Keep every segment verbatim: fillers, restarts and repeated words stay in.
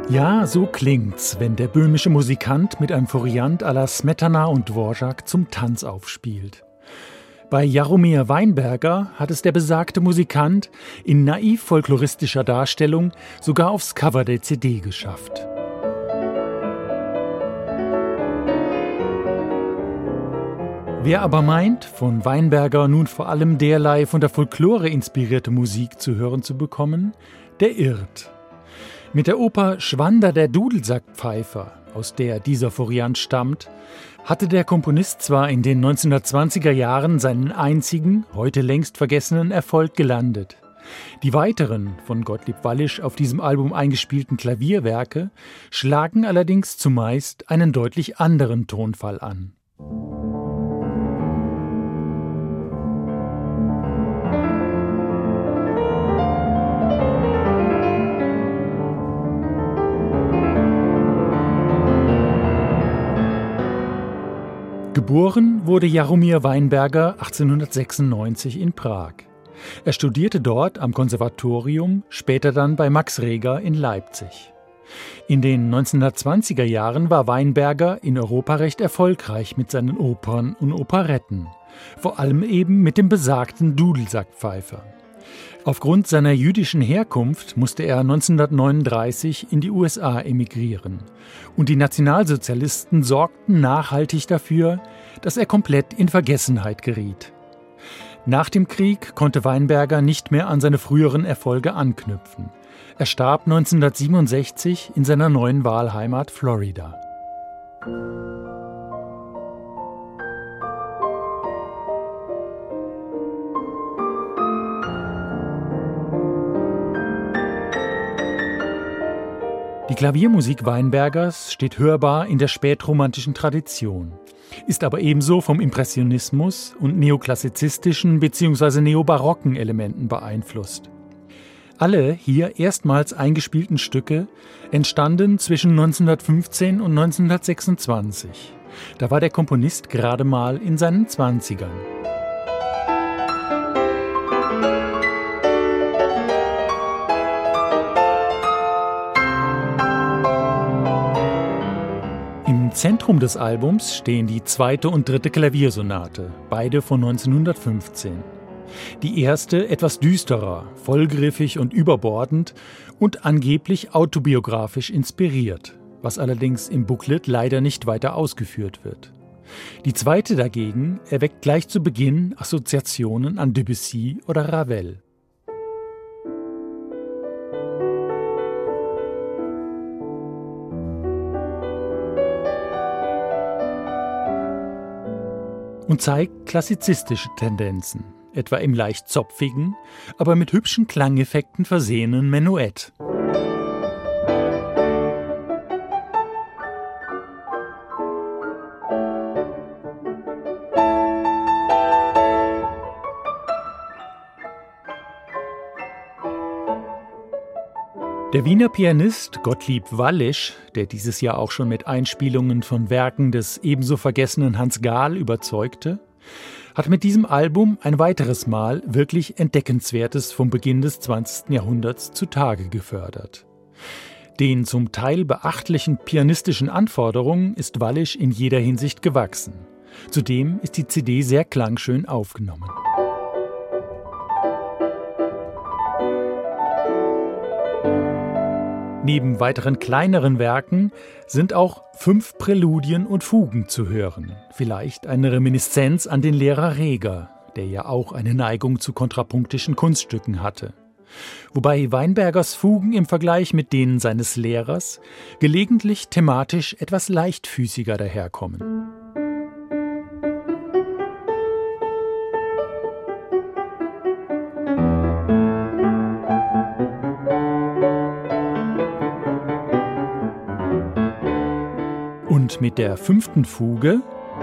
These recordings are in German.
Ja, so klingt's, wenn der böhmische Musikant mit einem Furiant à la Smetana und Dvorak zum Tanz aufspielt. Bei Jaromir Weinberger hat es der besagte Musikant in naiv folkloristischer Darstellung sogar aufs Cover der C D geschafft. Wer aber meint, von Weinberger nun vor allem derlei von der Folklore inspirierte Musik zu hören zu bekommen, der irrt. Mit der Oper Schwander der Dudelsackpfeifer, aus der dieser Furiant stammt, hatte der Komponist zwar in den neunzehnhundertzwanziger Jahren seinen einzigen, heute längst vergessenen Erfolg gelandet. Die weiteren, von Gottlieb Wallisch auf diesem Album eingespielten Klavierwerke, schlagen allerdings zumeist einen deutlich anderen Tonfall an. Geboren wurde Jaromir Weinberger achtzehnhundertsechsundneunzig in Prag. Er studierte dort am Konservatorium, später dann bei Max Reger in Leipzig. In den neunzehnhundertzwanziger Jahren war Weinberger in Europa recht erfolgreich mit seinen Opern und Operetten, vor allem eben mit dem besagten Dudelsackpfeifer. Aufgrund seiner jüdischen Herkunft musste er neunzehnhundertneununddreißig in die U S A emigrieren. Und die Nationalsozialisten sorgten nachhaltig dafür, dass er komplett in Vergessenheit geriet. Nach dem Krieg konnte Weinberger nicht mehr an seine früheren Erfolge anknüpfen. Er starb neunzehnhundertsiebenundsechzig in seiner neuen Wahlheimat Florida. Die Klaviermusik Weinbergers steht hörbar in der spätromantischen Tradition, ist aber ebenso vom Impressionismus und neoklassizistischen bzw. neobarocken Elementen beeinflusst. Alle hier erstmals eingespielten Stücke entstanden zwischen neunzehnhundertfünfzehn und neunzehnhundertsechsundzwanzig. Da war der Komponist gerade mal in seinen Zwanzigern. Im Zentrum des Albums stehen die zweite und dritte Klaviersonate, beide von neunzehnhundertfünfzehn. Die erste etwas düsterer, vollgriffig und überbordend und angeblich autobiografisch inspiriert, was allerdings im Booklet leider nicht weiter ausgeführt wird. Die zweite dagegen erweckt gleich zu Beginn Assoziationen an Debussy oder Ravel. Und zeigt klassizistische Tendenzen, etwa im leicht zopfigen, aber mit hübschen Klangeffekten versehenen Menuett. Der Wiener Pianist Gottlieb Wallisch, der dieses Jahr auch schon mit Einspielungen von Werken des ebenso vergessenen Hans Gahl überzeugte, hat mit diesem Album ein weiteres Mal wirklich Entdeckenswertes vom Beginn des zwanzigsten Jahrhunderts zutage gefördert. Den zum Teil beachtlichen pianistischen Anforderungen ist Wallisch in jeder Hinsicht gewachsen. Zudem ist die C D sehr klangschön aufgenommen. Neben weiteren kleineren Werken sind auch fünf Präludien und Fugen zu hören. Vielleicht eine Reminiszenz an den Lehrer Reger, der ja auch eine Neigung zu kontrapunktischen Kunststücken hatte. Wobei Weinbergers Fugen im Vergleich mit denen seines Lehrers gelegentlich thematisch etwas leichtfüßiger daherkommen. Und mit der fünften Fuge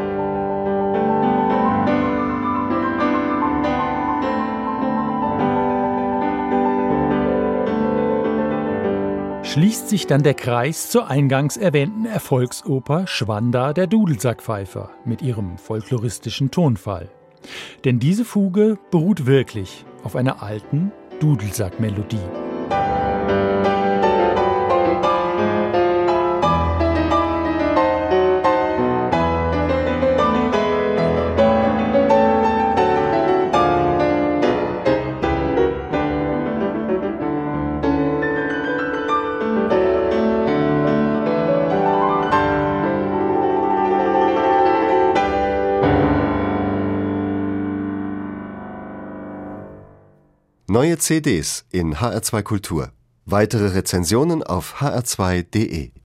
schließt sich dann der Kreis zur eingangs erwähnten Erfolgsoper Schwander der Dudelsackpfeifer mit ihrem folkloristischen Tonfall. Denn diese Fuge beruht wirklich auf einer alten Dudelsackmelodie. Neue C Ds in H R zwei Kultur. Weitere Rezensionen auf h r zwei punkt de.